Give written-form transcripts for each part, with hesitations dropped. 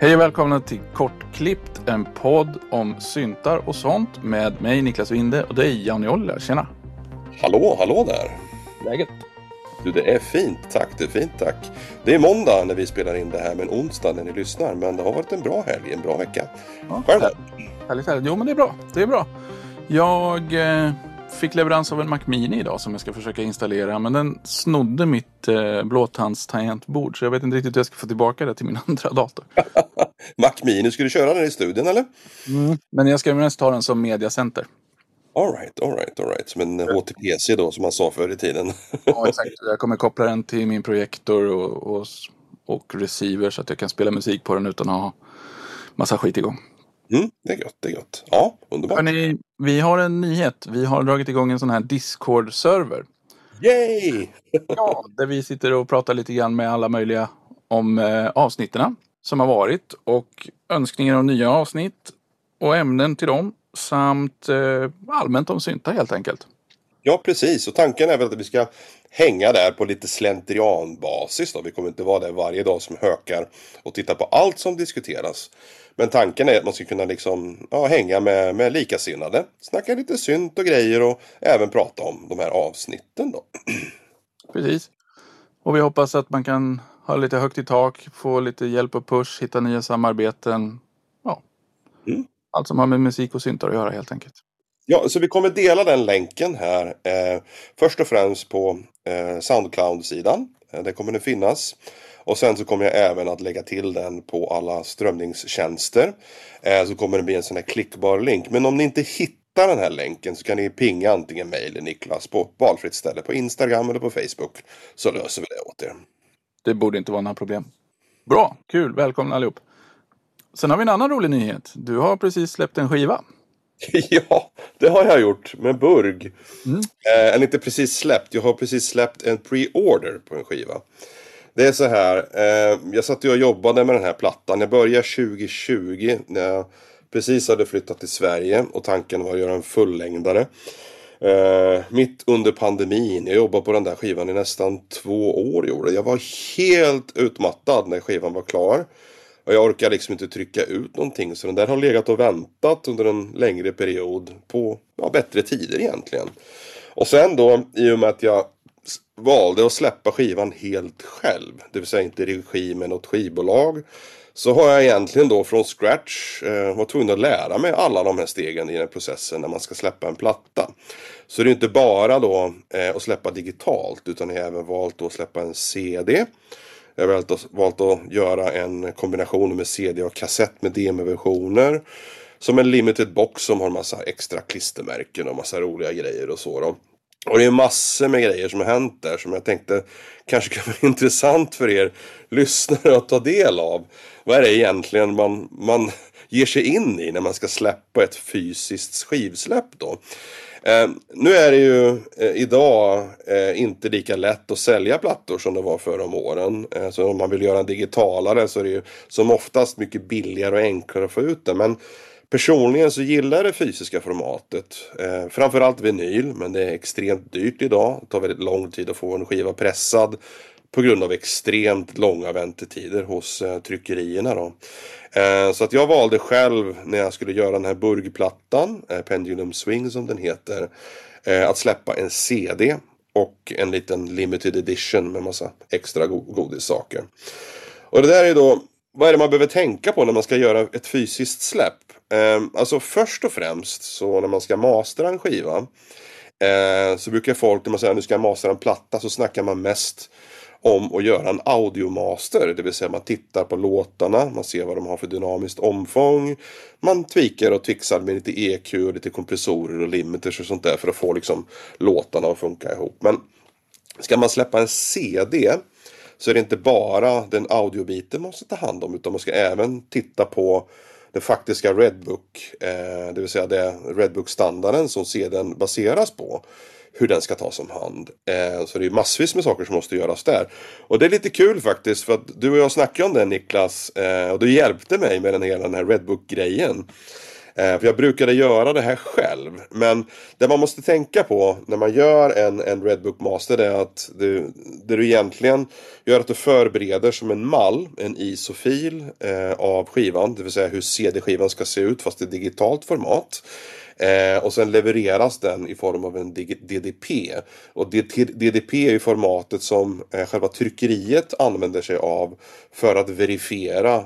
Hej och välkomna till Kortklippt, en podd om syntar och sånt med mig Niklas Winde och dig Janne Oller. Tjena! Hallå där! Läget? Du, det är fint, tack. Det är fint, tack. Det är måndag när vi spelar in det här, men onsdag när ni lyssnar. Men det har varit en bra helg, en bra vecka. Ja, Själv då? Härligt. Jo, men det är bra. Jag fick leverans av en Mac Mini idag som jag ska försöka installera. Men den snodde mitt blåtandstangentbord, så jag vet inte riktigt hur jag ska få tillbaka det till min andra dator. Mac Mini, ska du köra den i studion eller? Men jag ska mest ha den som mediacenter. All right. Som en HTPC då, som man sa förr i tiden. Ja, exakt. Jag kommer koppla den till min projektor och receiver så att jag kan spela musik på den utan att ha massa skit igång. Det är gott. Ja, underbart. Hörrni, vi har en nyhet. Vi har dragit igång en sån här Discord-server. Yay! Ja, där vi sitter och pratar lite grann med alla möjliga om avsnitterna som har varit och önskningar om nya avsnitt och ämnen till dem samt allmänt om syntar helt enkelt. Ja, precis. Och tanken är väl att vi ska hänga där på lite slentrianbasis då. Vi kommer inte vara där varje dag som hökar och titta på allt som diskuteras. Men tanken är att man ska kunna hänga med likasinnade. Snacka lite synt och grejer och även prata om de här avsnitten då. Precis. Och vi hoppas att man kan ha lite högt i tak, få lite hjälp och push, hitta nya samarbeten. Ja. Allt som har med musik och syntar att göra helt enkelt. Ja, så vi kommer dela den länken här. Först och främst på Soundcloud-sidan. Där kommer den finnas. Och sen så kommer jag även att lägga till den på alla strömningstjänster. Så kommer det bli en sån här klickbar länk. Men om ni inte hittar den här länken så kan ni pinga antingen mig eller Niklas på valfritt ställe på Instagram eller på Facebook. Så löser vi det åt er. Det borde inte vara några problem. Bra, kul, välkomna allihop. Sen har vi en annan rolig nyhet. Du har precis släppt en skiva. Ja, det har jag gjort med Burg. Eller inte precis släppt. Jag har precis släppt en pre-order på en skiva. Det är så här. Jag satt och jobbade med den här plattan. Jag började 2020 när jag precis hade flyttat till Sverige. Och tanken var att göra en fullängdare. Mitt under pandemin. Jag jobbade på den där skivan i nästan 2 år. Jag var helt utmattad när skivan var klar. Och jag orkar liksom inte trycka ut någonting. Så den där har legat och väntat under en längre period på bättre tider egentligen. Och sen då, i och med att jag valde att släppa skivan helt själv. Det vill säga inte regi med något skivbolag. Så har jag egentligen då från scratch var tvungen att lära mig alla de här stegen i den processen när man ska släppa en platta. Så det är inte bara då att släppa digitalt utan jag har även valt att släppa en CD. Jag har valt att göra en kombination med CD och kassett med demo-versioner. Som en limited box som har massa extra klistermärken och massa roliga grejer och så då. Och det är massor med grejer som har hänt där som jag tänkte kanske kan vara intressant för er lyssnare att ta del av. Vad är det egentligen man ger sig in i när man ska släppa ett fysiskt skivsläpp då? Nu är det ju idag inte lika lätt att sälja plattor som det var förra om åren. Så om man vill göra en digitalare så är det ju som oftast mycket billigare och enklare att få ut det. Men personligen så gillar jag det fysiska formatet. Framförallt vinyl, men det är extremt dyrt idag. Det tar väldigt lång tid att få en skiva pressad på grund av extremt långa väntetider hos tryckerierna då. Så att jag valde själv när jag skulle göra den här burgplattan, Pendulum Swing som den heter, att släppa en CD och en liten limited edition med massa extra godissaker. Och det där är då, vad är det man behöver tänka på när man ska göra ett fysiskt släpp? Alltså först och främst så när man ska mastera en skiva så brukar folk när man säger att nu ska jag mastera en platta så snackar man mest om att göra en audiomaster. Det vill säga man tittar på låtarna, man ser vad de har för dynamiskt omfång. Man tweakar och twixar med lite EQ och lite kompressorer och limiters och sånt där för att få liksom låtarna att funka ihop. Men ska man släppa en CD så är det inte bara den audiobiten man måste ta hand om utan man ska även titta på den faktiska Redbook, det vill säga det Redbook-standarden som CD:n baseras på. Hur den ska tas om hand. Så det är massvis med saker som måste göras där. Och det är lite kul faktiskt. För att du och jag snackade om det Niklas. Och du hjälpte mig med hela den här Redbook-grejen. För jag brukade göra det här själv. Men det man måste tänka på när man gör en Redbook Master är att det du egentligen gör att du förbereder som en mall, en ISO-fil av skivan. Det vill säga hur CD-skivan ska se ut fast i digitalt format. Och sen levereras den i form av en DDP. Och DDP är ju formatet som själva tryckeriet använder sig av för att verifiera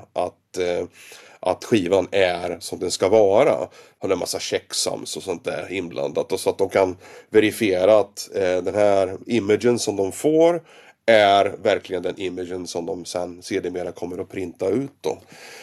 att skivan är som den ska vara. Har en massa checksums och sånt där inblandat. Och så att de kan verifiera att den här imagen som de får är verkligen den imagen som de sen sedermera kommer att printa ut då.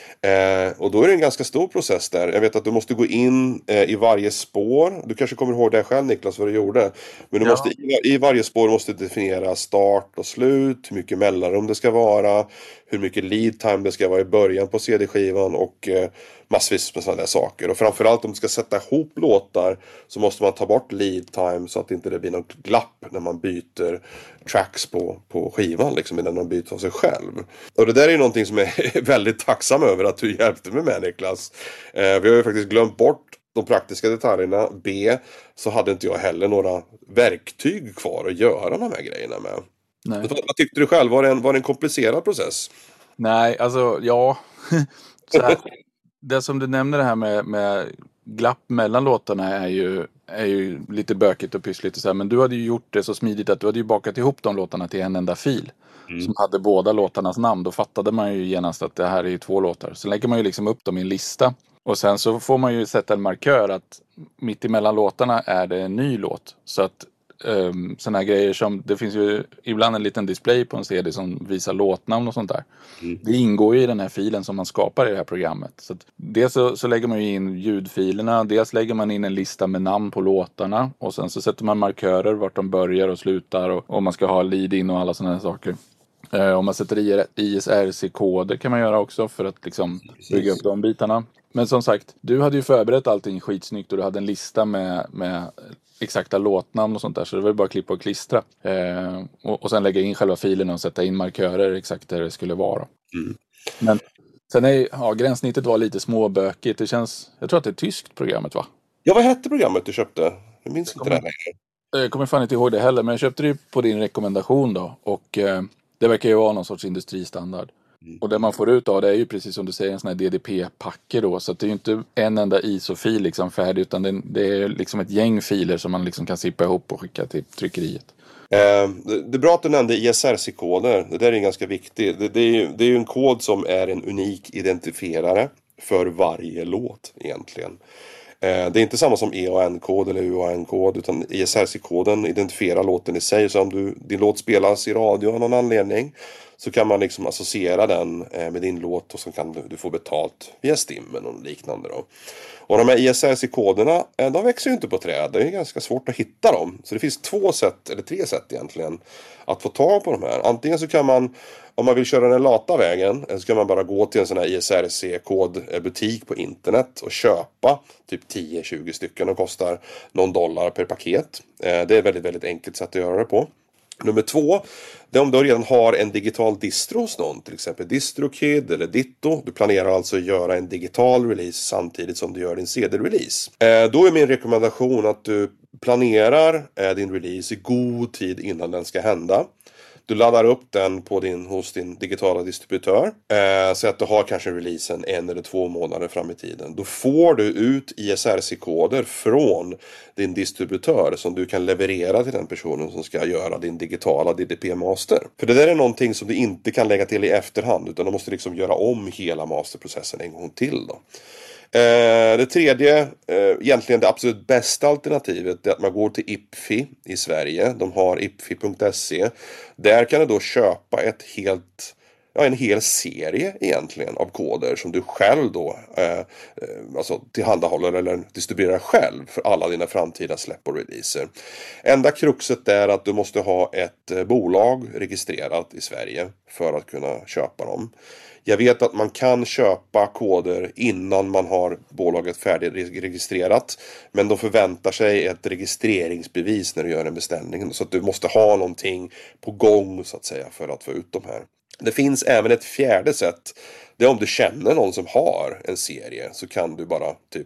Och då är det en ganska stor process där. Jag vet att du måste gå in i varje spår. Du kanske kommer ihåg det själv, Niklas, vad du gjorde. Men du måste i varje spår måste definiera start och slut, hur mycket mellanrum det ska vara, hur mycket lead time det ska vara i början på CD-skivan och massvis med sådana där saker. Och framförallt om du ska sätta ihop låtar så måste man ta bort lead time så att inte det blir något glapp när man byter tracks på skivan liksom, innan man byter av sig själv. Och det där är ju någonting som jag är väldigt tacksam över att du hjälpte mig med, Niklas. Vi har ju faktiskt glömt bort de praktiska detaljerna. B, så hade inte jag heller några verktyg kvar att göra de här grejerna med. Nej. Vad tyckte du själv? Var det en komplicerad process? Nej, alltså ja. Så här, det som du nämner det här med glapp mellan låtarna är ju lite bökigt och pyssligt och så här, men du hade ju gjort det så smidigt att du hade ju bakat ihop de låtarna till en enda fil som hade båda låtarnas namn. Då fattade man ju genast att det här är ju 2 låtar. Så lägger man ju liksom upp dem i en lista och sen så får man ju sätta en markör att mitt emellan låtarna är det en ny låt. Så att såna här grejer som, det finns ju ibland en liten display på en CD som visar låtnamn och sånt där. Det ingår ju i den här filen som man skapar i det här programmet. Så att dels så lägger man ju in ljudfilerna, dels lägger man in en lista med namn på låtarna och sen så sätter man markörer vart de börjar och slutar och om man ska ha lead in och alla såna här saker. Om man sätter i ISRC-koder kan man göra också för att liksom bygga upp de bitarna. Men som sagt, du hade ju förberett allting skitsnyggt och du hade en lista med exakta låtnamn och sånt där. Så det var ju bara klippa och klistra. Och sen lägga in själva filerna och sätta in markörer exakt där det skulle vara. Men sen gränssnittet var lite småbökigt. Det känns, jag tror att det är ett tyskt programmet, va? Ja, vad hette programmet du köpte? Jag minns inte det längre. Jag kommer fan inte ihåg det heller, men jag köpte det ju på din rekommendation då. Och det verkar ju vara någon sorts industristandard. Och det man får ut av det är ju precis som du säger en sån här DDP-packe då. Så att det är ju inte en enda ISO-fil liksom färdig utan det är liksom ett gäng filer som man liksom kan sippa ihop och skicka till tryckeriet. Det är bra att du nämnde ISRC-koder. Det där är ganska viktigt. Det är ju en kod som är en unik identifierare för varje låt egentligen. Det är inte samma som EAN-kod eller UAN-kod utan ISRC-koden identifierar låten i sig. Så om din låt spelas i radio av någon anledning så kan man liksom associera den med din låt och så kan du få betalt via Stim eller något liknande då. Och de här ISRC-koderna, de växer ju inte på träd. Det är ganska svårt att hitta dem. Så det finns 2 sätt, eller 3 sätt egentligen, att få tag på de här. Antingen så kan man, om man vill köra den lata vägen, så kan man bara gå till en sån här ISRC-kodbutik på internet och köpa typ 10-20 stycken. De kostar någon dollar per paket. Det är ett väldigt, väldigt enkelt sätt att göra det på. Nummer 2, det är om du redan har en digital distro hos någon, till exempel DistroKid eller Ditto. Du planerar alltså att göra en digital release samtidigt som du gör din CD-release. Då är min rekommendation att du planerar din release i god tid innan den ska hända. Du laddar upp den hos din digitala distributör. Så att du har kanske releasen 1 eller 2 månader fram i tiden. Då får du ut ISRC-koder från din distributör som du kan leverera till den personen som ska göra din digitala DDP-master. För det där är någonting som du inte kan lägga till i efterhand utan du måste liksom göra om hela masterprocessen en gång till då. Det tredje, egentligen det absolut bästa alternativet är att man går till IPFI i Sverige. De har ipfi.se. Där kan du då köpa en hel serie egentligen av koder som du själv då alltså tillhandahåller eller distribuerar själv för alla dina framtida släpp och releaser. Enda kruxet är att du måste ha ett bolag registrerat i Sverige för att kunna köpa dem. Jag vet att man kan köpa koder innan man har bolaget färdigregistrerat. Men de förväntar sig ett registreringsbevis när du gör en beställning. Så att du måste ha någonting på gång så att säga för att få ut de här. Det finns även ett fjärde sätt. Det är om du känner någon som har en serie så kan du bara typ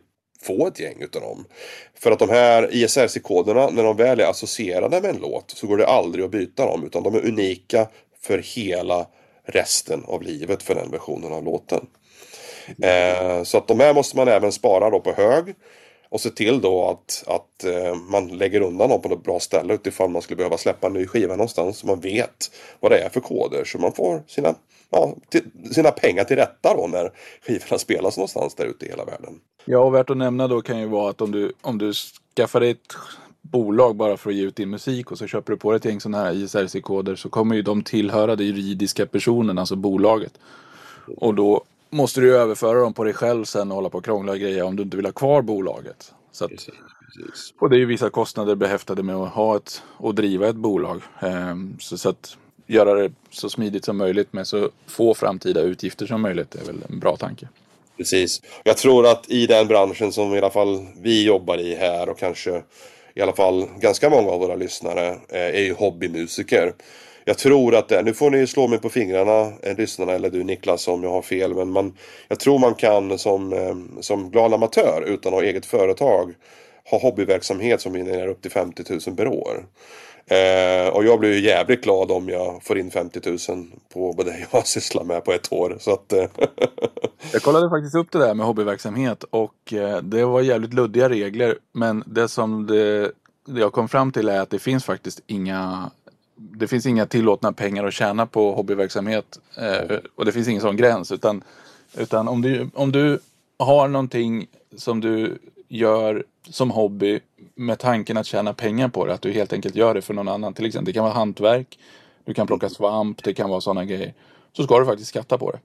få ett gäng utav dem. För att de här ISRC-koderna, när de väl är associerade med en låt, så går det aldrig att byta dem, utan de är unika för hela resten av livet för den versionen av låten. Så att de här måste man även spara då på hög. Och se till då att man lägger undan dem på något bra ställe utifall man skulle behöva släppa en ny skiva någonstans. Så man vet vad det är för koder. Så man får sina pengar till rätta då när skivorna spelas någonstans där ute i hela världen. Ja, och värt att nämna då kan ju vara att om du skaffar dig ett bolag bara för att ge ut din musik och så köper du på ett gäng sådana här ISRC-koder, så kommer ju de tillhöra den juridiska personen, alltså bolaget. Och då måste du ju överföra dem på dig själv sen och hålla på och krångla och grejer om du inte vill ha kvar bolaget. Så att, Precis. och det är ju vissa kostnader behäftade med att ha och driva ett bolag. Så att göra det så smidigt som möjligt med så få framtida utgifter som möjligt är väl en bra tanke. Precis. Jag tror att i den branschen som i alla fall vi jobbar i här, och kanske i alla fall ganska många av våra lyssnare är ju hobbymusiker. Jag tror att nu får ni slå mig på fingrarna, lyssnarna, eller du Niklas om jag har fel, men jag tror man kan som glad amatör utan att ha eget företag ha hobbyverksamhet som genererar upp till 50 000 per år. Och jag blir ju jävligt glad om jag får in 50 000 på det jag sysslar med på ett år. Så att, Jag kollade faktiskt upp det där med hobbyverksamhet och det var jävligt luddiga regler. Men det som jag kom fram till är att det finns faktiskt inga tillåtna pengar att tjäna på hobbyverksamhet. Och det finns ingen sån gräns. Utan om du har någonting som du gör som hobby med tanken att tjäna pengar på det, att du helt enkelt gör det för någon annan, till exempel, det kan vara hantverk, du kan plocka svamp, det kan vara sådana grejer, så ska du faktiskt skatta på det.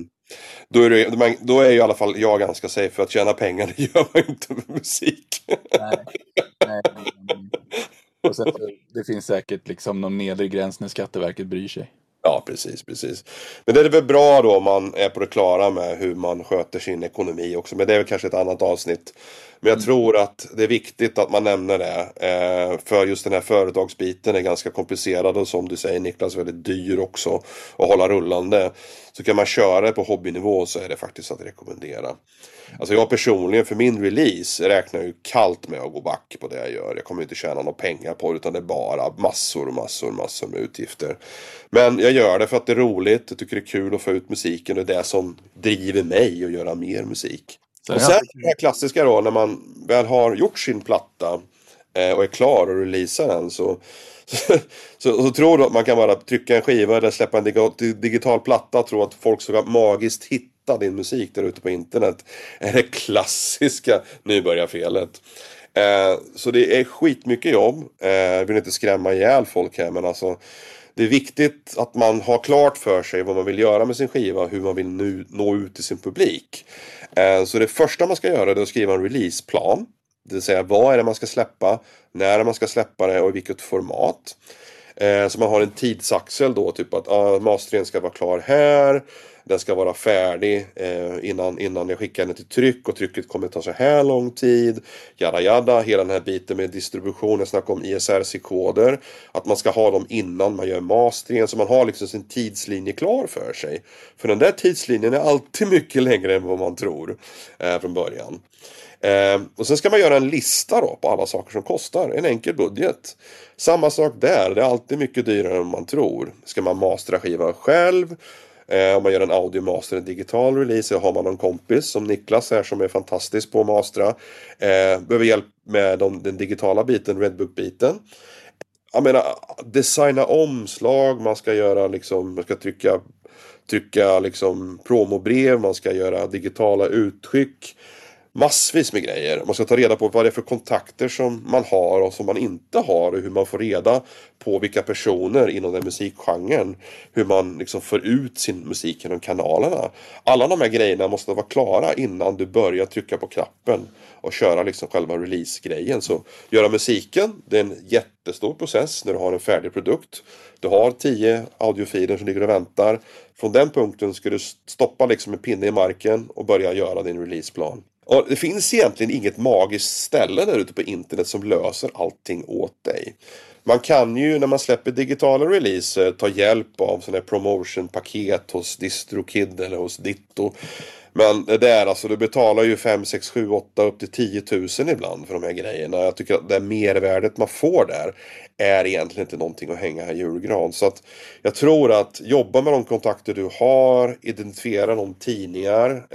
Då är ju i alla fall jag ganska safe, för att tjäna pengar, det gör man inte med musik. Nej. Och sen, det finns säkert liksom någon nedre gräns när Skatteverket bryr sig. Ja, precis. Men det är väl bra då om man är på det klara med hur man sköter sin ekonomi också. Men det är väl kanske ett annat avsnitt. Men jag tror att det är viktigt att man nämner det. För just den här företagsbiten är ganska komplicerad och som du säger Niklas väldigt dyr också att hålla rullande. Så kan man köra det på hobbynivå så är det faktiskt att rekommendera. Alltså jag personligen för min release räknar ju kallt med att gå back på det jag gör. Jag kommer inte tjäna några pengar på det, utan det är bara massor med utgifter. Men jag gör det för att det är roligt. Jag tycker det är kul att få ut musiken. Det är det som driver mig att göra mer musik. Och sen det här klassiska då, när man väl har gjort sin platta och är klar och releasar den, så tror du att man kan bara trycka en skiva eller släppa en digital platta och tro att folk ska magiskt hitta din musik där ute på internet, är det klassiska nybörjarfelet. Så det är skitmycket jobb. Jag vill inte skrämma ihjäl folk här, men alltså det är viktigt att man har klart för sig vad man vill göra med sin skiva, hur man vill nå ut till sin publik. Så det första man ska göra är att skriva en releaseplan. Det vill säga vad är det man ska släppa, när man ska släppa det och i vilket format. Så man har en tidsaxel då, typ att masteringen ska vara klar här. Den ska vara färdig innan jag skickar den till tryck, och trycket kommer ta så här lång tid. Jada, hela den här biten med distribution. Jag snackar om ISRC-koder. Att man ska ha dem innan man gör masteringen, så man har liksom sin tidslinje klar för sig. För den där tidslinjen är alltid mycket längre än vad man tror från början. Och sen ska man göra en lista då på alla saker som kostar. En enkel budget. Samma sak där, det är alltid mycket dyrare än man tror. Ska man mastra skivan själv? Om man gör en audiomaster, en digital release, så har man någon kompis som Niklas här som är fantastisk på att mastra. Behöver hjälp med den digitala biten, Redbook-biten. Jag menar, designa omslag, man ska göra liksom, man ska trycka liksom promobrev, man ska göra digitala utskick. Massvis med grejer. Man ska ta reda på vad det är för kontakter som man har och som man inte har, och hur man får reda på vilka personer inom den musikgenren, hur man liksom får ut sin musik genom kanalerna. Alla de här grejerna måste vara klara innan du börjar trycka på knappen och köra liksom själva release-grejen. Så göra musiken, det är en jättestor process när du har en färdig produkt. Du har 10 audiofiler som ligger och väntar. Från den punkten ska du stoppa liksom en pinne i marken och börja göra din releaseplan. Och det finns egentligen inget magiskt ställe där ute på internet som löser allting åt dig. Man kan ju när man släpper digitala releaser ta hjälp av sådana här promotion-paket hos DistroKid eller hos Ditto. Men det är alltså, du betalar ju 5, 6, 7, 8 upp till 10 000 ibland för de här grejerna. Jag tycker att det mervärdet man får där är egentligen inte någonting att hänga här i julgran. Så att jag tror att jobba med de kontakter du har, identifiera de tidningar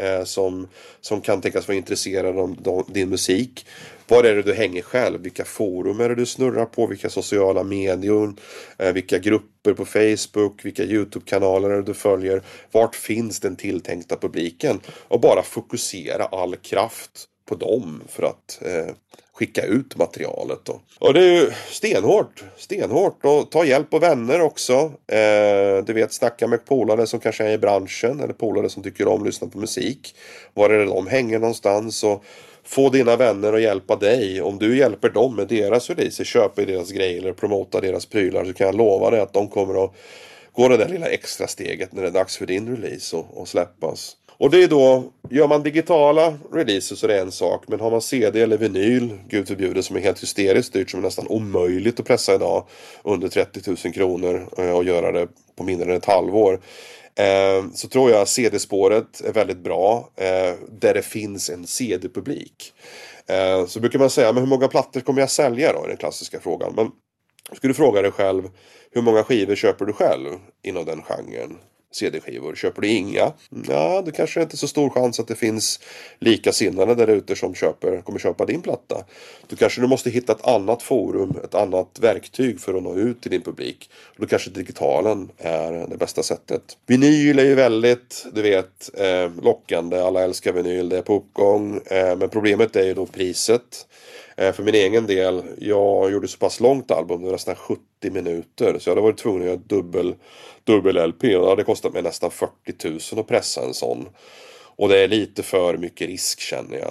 som kan tänkas vara intresserade av din musik. Var är det du hänger själv? Vilka forum är det du snurrar på? Vilka sociala medier? Vilka grupper på Facebook? Vilka YouTube-kanaler är det du följer? Vart finns den tilltänkta publiken? Och bara fokusera all kraft på dem för att skicka ut materialet då. Och det är ju stenhårt. Och ta hjälp av vänner också. Du vet, snacka med polare som kanske är i branschen eller polare som tycker om att lyssna på musik. Var är det de hänger någonstans? Och få dina vänner att hjälpa dig. Om du hjälper dem med deras releaser, köper deras grejer eller promota deras prylar, så kan jag lova dig att de kommer att gå det där lilla extra steget när det är dags för din release och släppas. Och det är då, gör man digitala releases så är det en sak, men har man CD eller vinyl, gud förbjude, som är helt hysteriskt dyrt, som är nästan omöjligt att pressa idag under 30 000 kronor och göra det på mindre än ett halvår, så tror jag CD-spåret är väldigt bra, där det finns en CD-publik. Så brukar man säga, men hur många plattor kommer jag sälja då, är den klassiska frågan. Men skulle du fråga dig själv, hur många skivor köper du själv inom den genren? CD-skivor. Köper du inga? Ja, det kanske inte är så stor chans att det finns likasinnade där ute som kommer köpa din platta. Då kanske du måste hitta ett annat forum, ett annat verktyg för att nå ut till din publik. Och då kanske digitalen är det bästa sättet. Vinyl är ju väldigt, du vet, lockande. Alla älskar vinyl, det är på uppgång. Men problemet är ju då priset. För min egen del, jag gjorde så pass långt album, det var nästan 70 minuter. Så jag hade varit tvungen att göra dubbel LP, och det hade kostat mig nästan 40 000 att pressa en sån. Och det är lite för mycket risk, känner jag.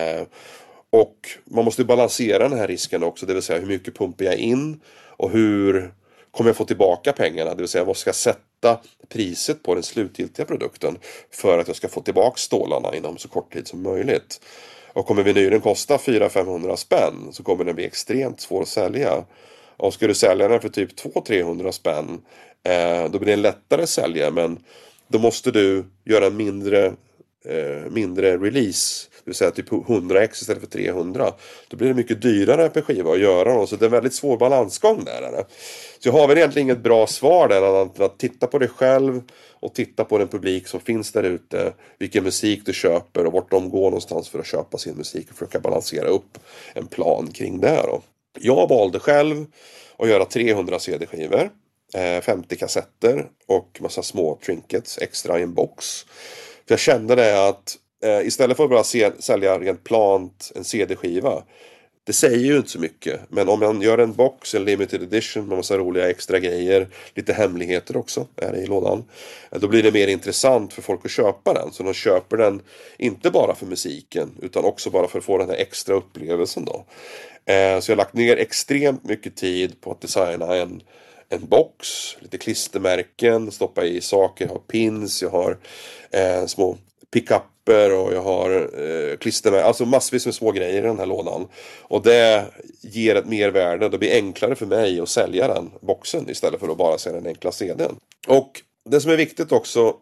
Och man måste balansera den här risken också, det vill säga hur mycket pumpar jag in och hur kommer jag få tillbaka pengarna, det vill säga vad ska jag sätta priset på den slutgiltiga produkten för att jag ska få tillbaka stålarna inom så kort tid som möjligt. Och kommer vinylen kosta 400-500 spänn, så kommer den bli extremt svår att sälja. Och ska du sälja den för typ 200-300 spänn, då blir det en lättare sälja, men då måste du göra en mindre release, det vill säga typ 100x istället för 300. Då blir det mycket dyrare per skiva att göra, så det är en väldigt svår balansgång där. Så jag har väl egentligen inget bra svar där, annat än att titta på dig själv och titta på den publik som finns där ute, vilken musik du köper och vart de går någonstans för att köpa sin musik, och försöka balansera upp en plan kring det då. Jag valde själv att göra 300 CD-skivor, 50 kassetter och massa små trinkets extra i en box. För jag kände det att istället för att bara sälja rent plant en CD-skiva, det säger ju inte så mycket. Men om man gör en box, en limited edition med massa roliga extra grejer, lite hemligheter också är det i lådan, då blir det mer intressant för folk att köpa den. Så de köper den inte bara för musiken, utan också bara för att få den här extra upplevelsen då. Så jag har lagt ner extremt mycket tid på att designa en box, lite klistermärken, stoppa i saker, jag har pins, jag har små pickupper och jag har klistermärken, alltså massvis med små grejer i den här lådan. Och det ger ett mervärde, det blir enklare för mig att sälja den boxen istället för att bara sälja den enkla CD:n. Och det som är viktigt också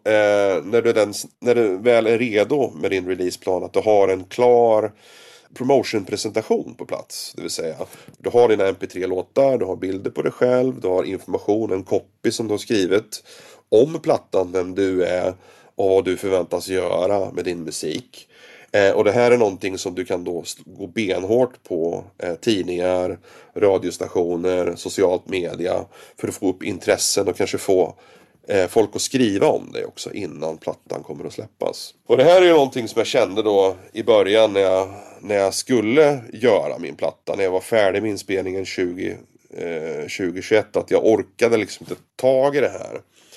när du väl är redo med din releaseplan, att du har en klar promotion-presentation på plats. Det vill säga, du har dina MP3-låtar, du har bilder på dig själv, du har information, en copy som du har skrivit om plattan, vem du är och vad du förväntas göra med din musik. Och det här är någonting som du kan då gå benhårt på tidningar, radiostationer, socialt media, för att få upp intressen och kanske få folk att skriva om det också innan plattan kommer att släppas. Och det här är ju någonting som jag kände då i början när jag skulle göra min platta, när jag var färdig med inspelningen 2021, att jag orkade liksom inte tag i det här.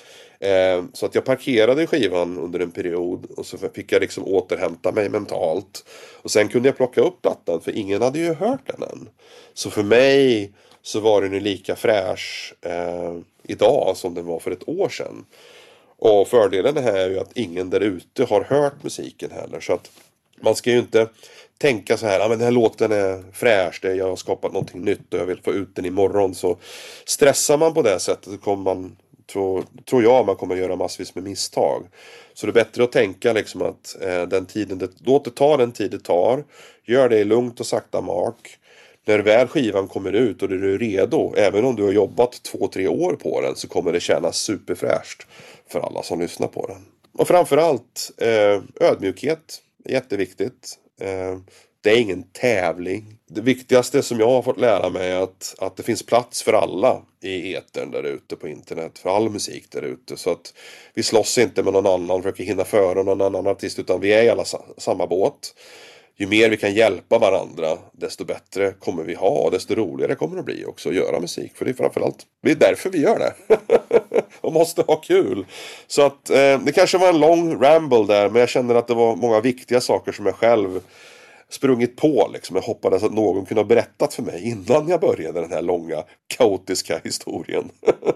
Så att jag parkerade skivan under en period, och så fick jag liksom återhämta mig mentalt. Och sen kunde jag plocka upp plattan, för ingen hade ju hört den än. Så för mig så var den ju lika fräsch idag som den var för ett år sedan. Och fördelen här är ju att ingen där ute har hört musiken heller. Så att man ska ju inte tänka så här, men den här låten är fräsch, jag har skapat någonting nytt och jag vill få ut den imorgon. Så stressar man på det sättet så kommer man tror jag man kommer göra massvis med misstag. Så det är bättre att tänka liksom att låt det ta den tid det tar. Gör det i lugnt och sakta mak. När väl skivan kommer ut och du är redo, även om du har jobbat 2-3 år på den, så kommer det kännas superfräscht för alla som lyssnar på den. Och framförallt ödmjukhet är jätteviktigt. Det är ingen tävling. Det viktigaste som jag har fått lära mig är att det finns plats för alla i etern där ute på internet. För all musik där ute. Så att vi slåss inte med någon annan, försöker hinna före någon annan artist, utan vi är i alla samma båt. Ju mer vi kan hjälpa varandra, desto bättre kommer vi ha. Och desto roligare kommer det bli också att göra musik. För det är framförallt, det är därför vi gör det. Och måste ha kul. Så att det kanske var en lång ramble där. Men jag känner att det var många viktiga saker som jag själv sprungit på. Liksom. Jag hoppades att någon kunde ha berättat för mig innan jag började den här långa, kaotiska historien.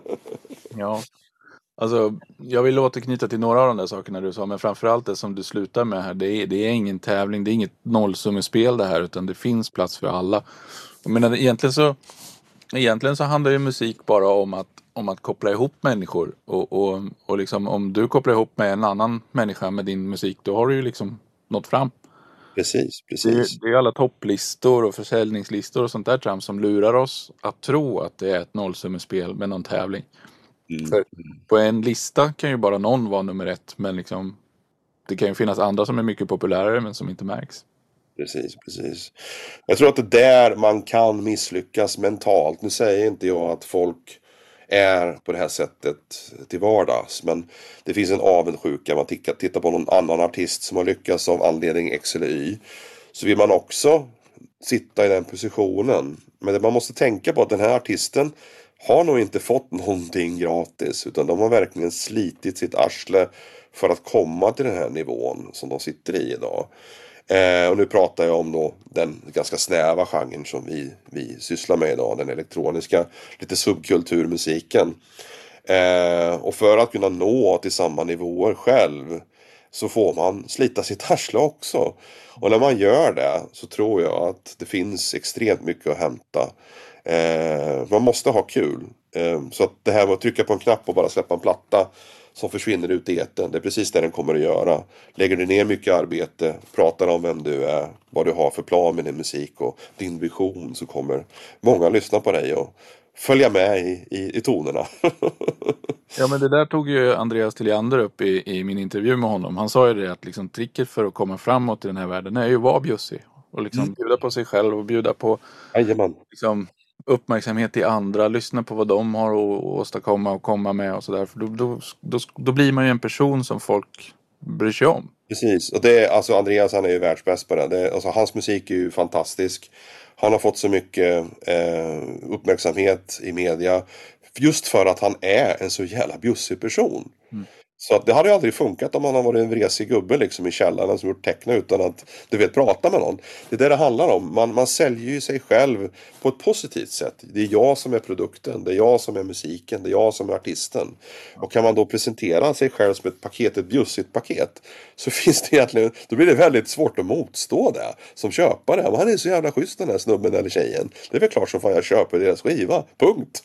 Ja. Alltså, jag vill återknyta till några av de där sakerna du sa, men framförallt det som du slutar med här, det är ingen tävling, det är inget nollsummespel det här, utan det finns plats för alla. Jag menar, egentligen så handlar ju musik bara om att koppla ihop människor, och liksom, om du kopplar ihop med en annan människa med din musik, då har du ju liksom nått fram. Precis. Det är alla topplistor och försäljningslistor och sånt där trams som lurar oss att tro att det är ett nollsummespel med någon tävling. För på en lista kan ju bara någon vara nummer 1, men liksom, det kan ju finnas andra som är mycket populärare men som inte märks. Precis. Jag tror att det är där man kan misslyckas mentalt. Nu säger inte jag att folk är på det här sättet till vardags, men det finns en avundsjuka. Man tittar på någon annan artist som har lyckats av anledning X eller Y, så vill man också sitta i den positionen. Men man måste tänka på att den här artisten har nog inte fått någonting gratis, utan de har verkligen slitit sitt arsle för att komma till den här nivån som de sitter i idag. Och nu pratar jag om då den ganska snäva genren som vi sysslar med idag, den elektroniska, lite subkulturmusiken. Och för att kunna nå till samma nivåer själv så får man slita sitt arsle också. Och när man gör det så tror jag att det finns extremt mycket att hämta. Man måste ha kul. Så att det här med att trycka på en knapp och bara släppa en platta som försvinner ut i etern, det är precis det den kommer att göra. Lägger du ner mycket arbete, pratar om vem du är, vad du har för plan med din musik och din vision, så kommer många lyssna på dig och följa med i tonerna. Ja, men det där tog ju Andreas Tilliander upp i min intervju med honom. Han sa ju det att liksom, tricket för att komma framåt i den här världen är ju att vara bjussig. Och liksom bjuda på sig själv och bjuda på liksom, uppmärksamhet i andra. Lyssna på vad de har att åstadkomma och komma med och sådär. För då blir man ju en person som folk bryr sig om. Precis, och det är, alltså Andreas, han är ju världsbäst på det. Alltså, hans musik är ju fantastisk. Han har fått så mycket uppmärksamhet i media just för att han är en så jävla bjussig person. Så att det hade ju aldrig funkat om han har varit en vresig gubbe liksom i källaren som gjort teckna utan att prata med någon. Det är det handlar om. Man säljer ju sig själv på ett positivt sätt. Det är jag som är produkten, det är jag som är musiken, det är jag som är artisten. Och kan man då presentera sig själv som ett bjussigt paket, så finns det egentligen, då blir det väldigt svårt att motstå det som köpare. Men han är så jävla schysst, den här snubben eller tjejen. Det är väl klart som fan jag köper deras skiva. Punkt.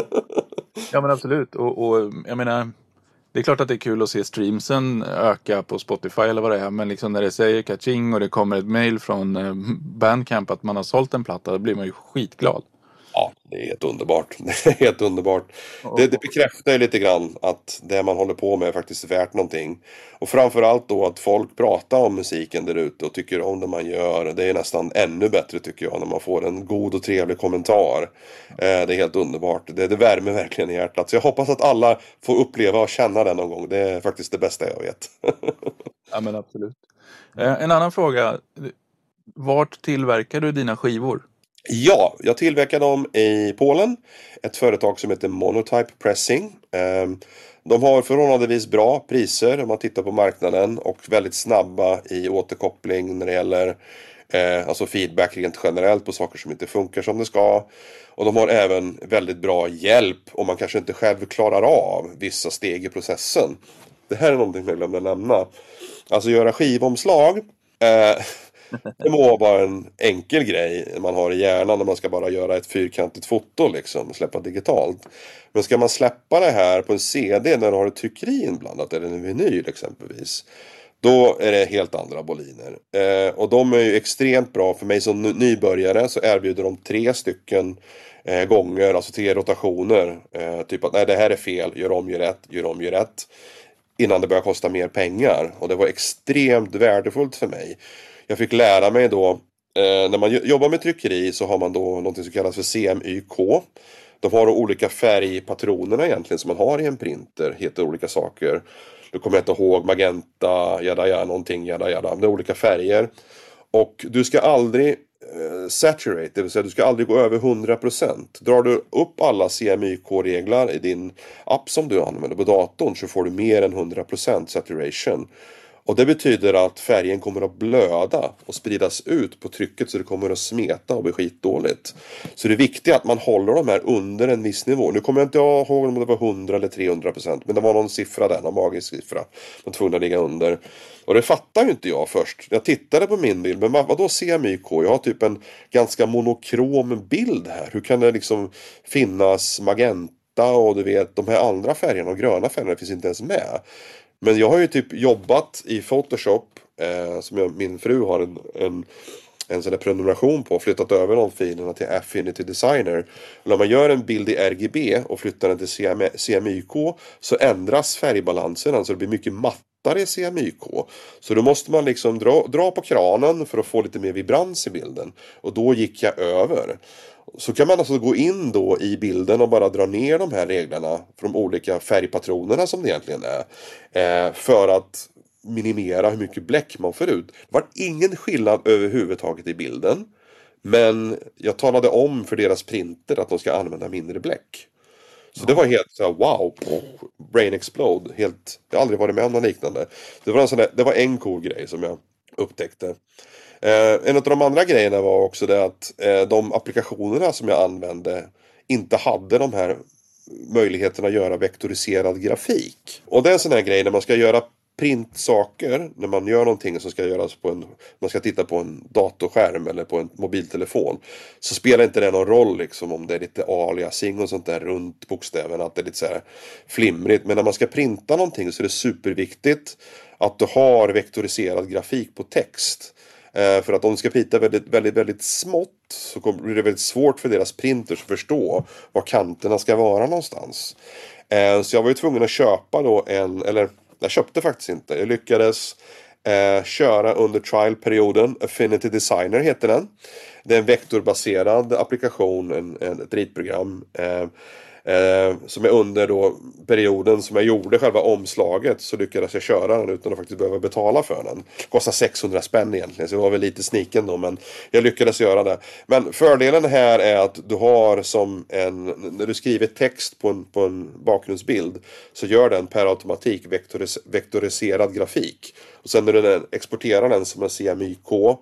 Ja, men absolut. Och jag menar, det är klart att det är kul att se streamsen öka på Spotify eller vad det är. Men liksom när det säger kaching och det kommer ett mail från Bandcamp att man har sålt en platta, då blir man ju skitglad. Ja, det är helt underbart. Det är helt underbart. Det bekräftar ju lite grann att det man håller på med är faktiskt värt någonting. Och framförallt då att folk pratar om musiken där ute och tycker om det man gör. Det är nästan ännu bättre tycker jag när man får en god och trevlig kommentar. Det är helt underbart. Det värmer verkligen i hjärtat. Så jag hoppas att alla får uppleva och känna det någon gång. Det är faktiskt det bästa jag vet. Ja, men absolut. En annan fråga. Vart tillverkar du dina skivor? Ja, jag tillverkar dem i Polen. Ett företag som heter Monotype Pressing. De har förhållandevis bra priser om man tittar på marknaden och väldigt snabba i återkoppling när det gäller alltså feedback rent generellt på saker som inte funkar som det ska. Och de har även väldigt bra hjälp om man kanske inte själv klarar av vissa steg i processen. Det här är någonting jag glömde nämna. Alltså göra skivomslag. Det må vara bara en enkel grej man har i hjärnan när man ska bara göra ett fyrkantigt foto liksom, släppa digitalt. Men ska man släppa det här på en CD när du har ett tryckeri inblandat eller en vinyl exempelvis, då är det helt andra boliner. Och de är ju extremt bra för mig som nybörjare, så erbjuder de 3 stycken gånger, alltså 3 rotationer. Typ att nej, det här är fel, gör om, gör rätt. Innan det börjar kosta mer pengar. Och det var extremt värdefullt för mig. Jag fick lära mig då, när man jobbar med tryckeri så har man då något som kallas för CMYK. De har då olika färgpatronerna egentligen som man har i en printer, heter olika saker. Du kommer inte ihåg magenta, jada, någonting, jada. Det är olika färger. Och du ska aldrig saturate, det vill säga du ska aldrig gå över 100%. Drar du upp alla CMYK-regler i din app som du använder på datorn så får du mer än 100% saturation. Och det betyder att färgen kommer att blöda och spridas ut på trycket så det kommer att smeta och bli skitdåligt. Så det är viktigt att man håller de här under en viss nivå. Nu kommer jag inte ihåg om det var 100 eller 300%, men det var någon siffra där, någon magisk siffra. Man tvungen att ligga under. Och det fattar ju inte jag först. Jag tittade på min bild, men vadå CMYK? Jag har typ en ganska monokrom bild här. Hur kan det liksom finnas magenta och du vet de här andra färgerna och gröna färgerna finns inte ens med. Men jag har ju typ jobbat i Photoshop som min fru har en sån där prenumeration på, flyttat över de filerna till Affinity Designer. Och när man gör en bild i RGB och flyttar den till CMYK så ändras färgbalansen, alltså det blir mycket mattare i CMYK. Så då måste man liksom dra på kranen för att få lite mer vibrans i bilden. Och då gick jag över. Så kan man alltså gå in då i bilden och bara dra ner de här reglerna för de olika färgpatronerna som det egentligen är. För att minimera hur mycket bläck man får ut. Det var ingen skillnad överhuvudtaget i bilden. Men jag talade om för deras printer att de ska använda mindre bläck. Så det var helt så här, wow, brain explode. Helt, jag har aldrig varit med om något liknande. Det var en cool grej som jag upptäckte. En av de andra grejerna var också det att de applikationerna som jag använde inte hade de här möjligheterna att göra vektoriserad grafik. Och det är en sån här grej när man ska göra printsaker, när man gör någonting som ska göras man ska titta på en datorskärm eller på en mobiltelefon, så spelar inte det någon roll liksom om det är lite aliasing och sånt där runt bokstäverna, att det är lite så här flimrigt. Men när man ska printa någonting så är det superviktigt att du har vektoriserad grafik på text. För att om du ska printa väldigt smått så blir det väldigt svårt för deras printers att förstå var kanterna ska vara någonstans. Så jag var ju tvungen att köpa då eller jag köpte faktiskt inte. Jag lyckades köra under trial-perioden. Affinity Designer heter den. Det är en vektorbaserad applikation, ett ritprogram. Som är under då perioden som jag gjorde själva omslaget, så lyckades jag köra den utan att faktiskt behöva betala för den. Kostar 600 spänn egentligen, så det var väl lite sniken då, men jag lyckades göra det. Men fördelen här är att du har när du skriver text på en bakgrundsbild så gör den per automatik vektoriserad grafik. Och sen när du exporterar den som en CMYK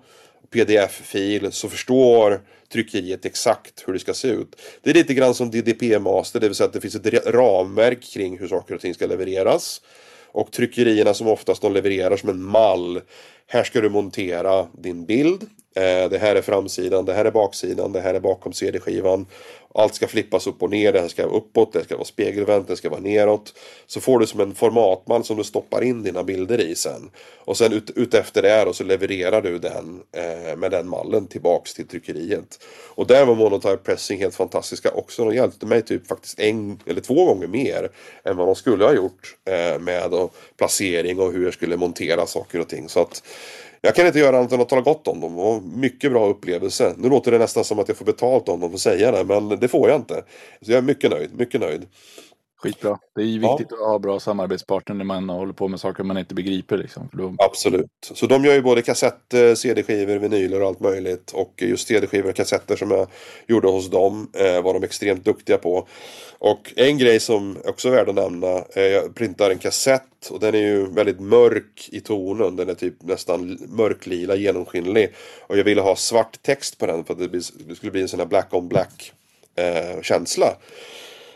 PDF-fil så förstår tryckeriet exakt hur det ska se ut. Det är lite grann som DDP-master, det vill säga att det finns ett ramverk kring hur saker och ting ska levereras. Och tryckerierna som oftast de levererar som en mall. Här ska du montera din bild. Det här är framsidan, det här är baksidan, det här är bakom CD-skivan. Allt ska flippas upp och ner, det här ska vara uppåt, det ska vara spegelvänt, det ska vara neråt. Så får du som en formatmall som du stoppar in dina bilder i sen. Och sen ut efter det här och så levererar du den med den mallen tillbaks till tryckeriet. Och där var Monotype Pressing helt fantastiska också. De hjälpte mig typ faktiskt 1 eller 2 gånger mer än vad de skulle ha gjort med placering och hur jag skulle montera saker och ting. Så att jag kan inte göra annat än att tala gott om dem. Det var mycket bra upplevelse. Nu låter det nästan som att jag får betalt om dem för att säga det. Men det får jag inte. Så jag är mycket nöjd. Skitbra. Det är ju viktigt att ha bra samarbetspartner när man håller på med saker man inte begriper. Liksom. Absolut. Så de gör ju både kassett, CD-skivor, vinyler och allt möjligt. Och just CD-skivor och kassetter som jag gjorde hos dem var de extremt duktiga på. Och en grej som också är värd att nämna. Jag printar en kassett och den är ju väldigt mörk i tonen. Den är typ nästan mörklila, genomskinlig. Och jag ville ha svart text på den för att det skulle bli en sån här black on black känsla.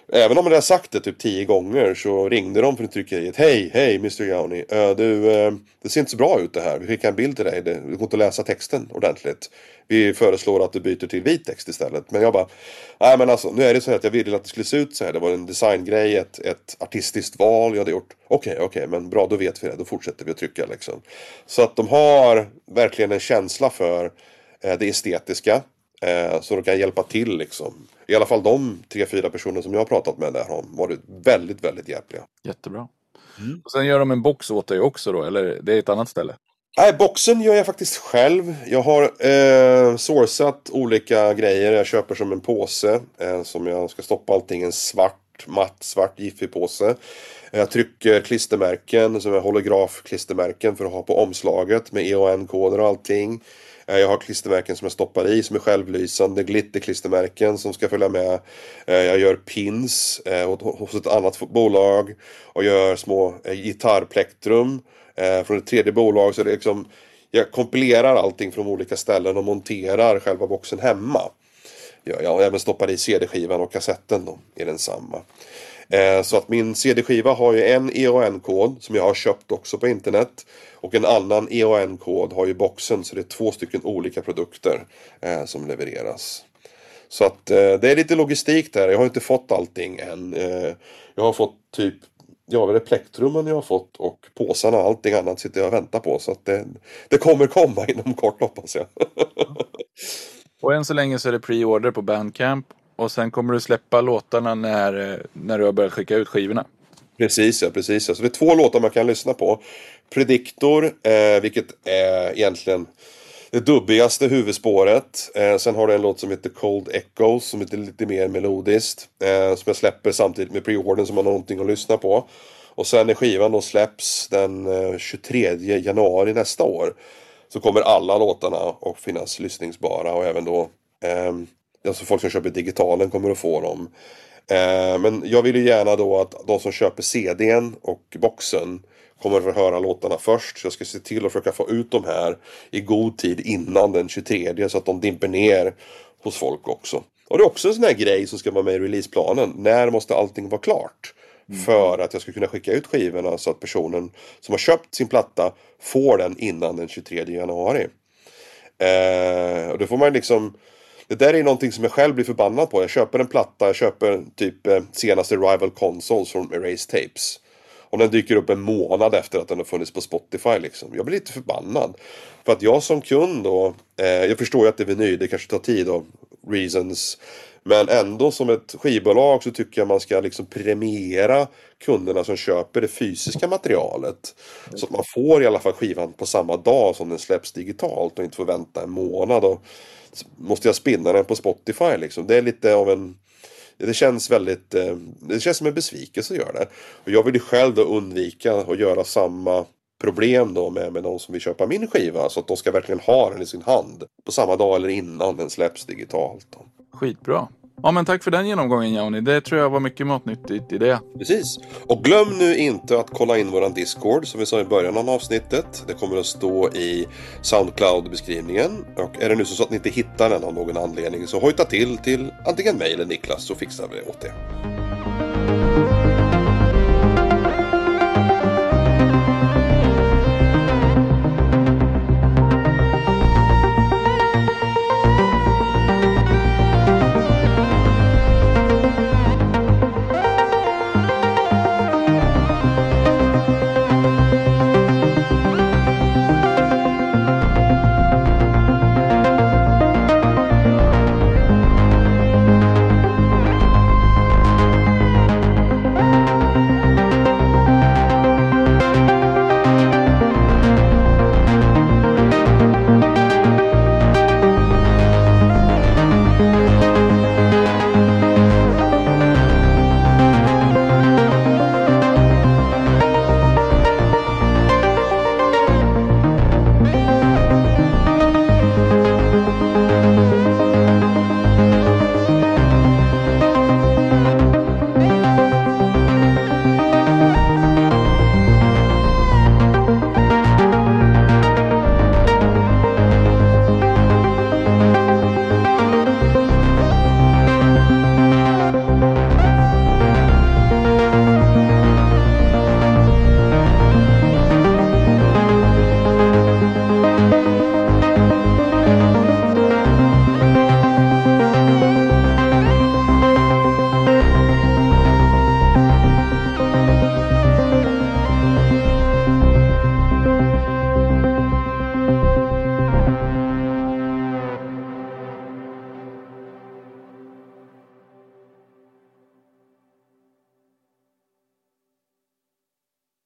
Även om man hade sagt det typ 10 gånger så ringde de från tryckeriet. Hej Mr. Jauni. Det ser inte så bra ut det här. Vi skickar en bild till dig. Det går inte att läsa texten ordentligt. Vi föreslår att du byter till vit text istället. Men jag bara, nej men alltså, nu är det så här att jag ville att det skulle se ut så här. Det var en designgrej, ett artistiskt val jag hade gjort. Okej, men bra, då vet vi det. Då fortsätter vi att trycka liksom. Så att de har verkligen en känsla för det estetiska. Så de kan hjälpa till liksom. I alla fall de 3-4 personer som jag har pratat med där har varit väldigt, väldigt hjälpliga. Jättebra. Och sen gör de en box åt dig också då, eller det är ett annat ställe? Nej, boxen gör jag faktiskt själv. Jag har sourcat olika grejer. Jag köper som en påse som jag ska stoppa allting i en matt svart Jiffy-påse. Jag trycker klistermärken som är holograf-klistermärken för att ha på omslaget med EON-koder och allting. Jag har klistermärken som jag stoppar i som är självlysande, glitterklistermärken som ska följa med. Jag gör pins hos ett annat bolag och gör små gitarrplektrum från ett tredje bolag. Så det är liksom, jag kompilerar allting från olika ställen och monterar själva boxen hemma. Jag även stoppar i CD-skivan och kassetten då, är den samma. Så att min CD-skiva har ju en EON-kod som jag har köpt också på internet. Och en annan EON-kod har ju boxen, så det är 2 stycken olika produkter som levereras. Så att det är lite logistik där. Jag har inte fått allting än. Jag har fått typ, ja, det är plektrummen jag har fått och påsarna och allting annat sitter jag och väntar på. Så att det kommer komma inom kort, hoppas jag. Och än så länge så är det pre-order på Bandcamp. Och sen kommer du släppa låtarna när du har börjat skicka ut skivorna. Precis. Så det är 2 låtar man kan lyssna på. Predictor, vilket är egentligen det dubbigaste huvudspåret. Sen har du en låt som heter Cold Echoes som är lite mer melodiskt. Som jag släpper samtidigt med preordern som man har någonting att lyssna på. Och sen när skivan då släpps den 23 januari nästa år så kommer alla låtarna att finnas lyssningsbara och även då alltså folk som köper digitalen kommer att få dem. Men jag vill ju gärna då att de som köper CD:n och boxen kommer att få höra låtarna först. Så jag ska se till att försöka få ut dem här i god tid innan den 23 så att de dimper ner hos folk också. Och det är också en sån här grej som ska vara med i releaseplanen. När måste allting vara klart? För att jag ska kunna skicka ut skivorna så att personen som har köpt sin platta får den innan den 23 januari. Och då får man liksom... Det där är någonting som jag själv blir förbannad på. Jag köper en platta, jag köper typ senaste Rival Consoles från Erased Tapes. Och den dyker upp en månad efter att den har funnits på Spotify liksom. Jag blir lite förbannad. För att jag som kund då, jag förstår ju att det är vinyl, det kanske tar tid av reasons. Men ändå som ett skivbolag så tycker jag man ska liksom premiera kunderna som köper det fysiska materialet. Så att man får i alla fall skivan på samma dag som den släpps digitalt och inte får vänta en månad. Och måste jag spinna den på Spotify liksom. Det är lite av en... Det känns väldigt... Det känns som en besvikelse att göra det. Och jag vill ju själv då undvika att göra samma problem då med de som vill köpa min skiva. Så att de ska verkligen ha den i sin hand på samma dag eller innan den släpps digitalt då. Skitbra. Ja, men tack för den genomgången, Jauni. Det tror jag var mycket matnyttigt i det. Precis. Och glöm nu inte att kolla in våran Discord som vi sa i början av avsnittet. Det kommer att stå i Soundcloud-beskrivningen. Och är det nu så att ni inte hittar den av någon anledning så hojta till antingen mig eller Niklas så fixar vi det åt er.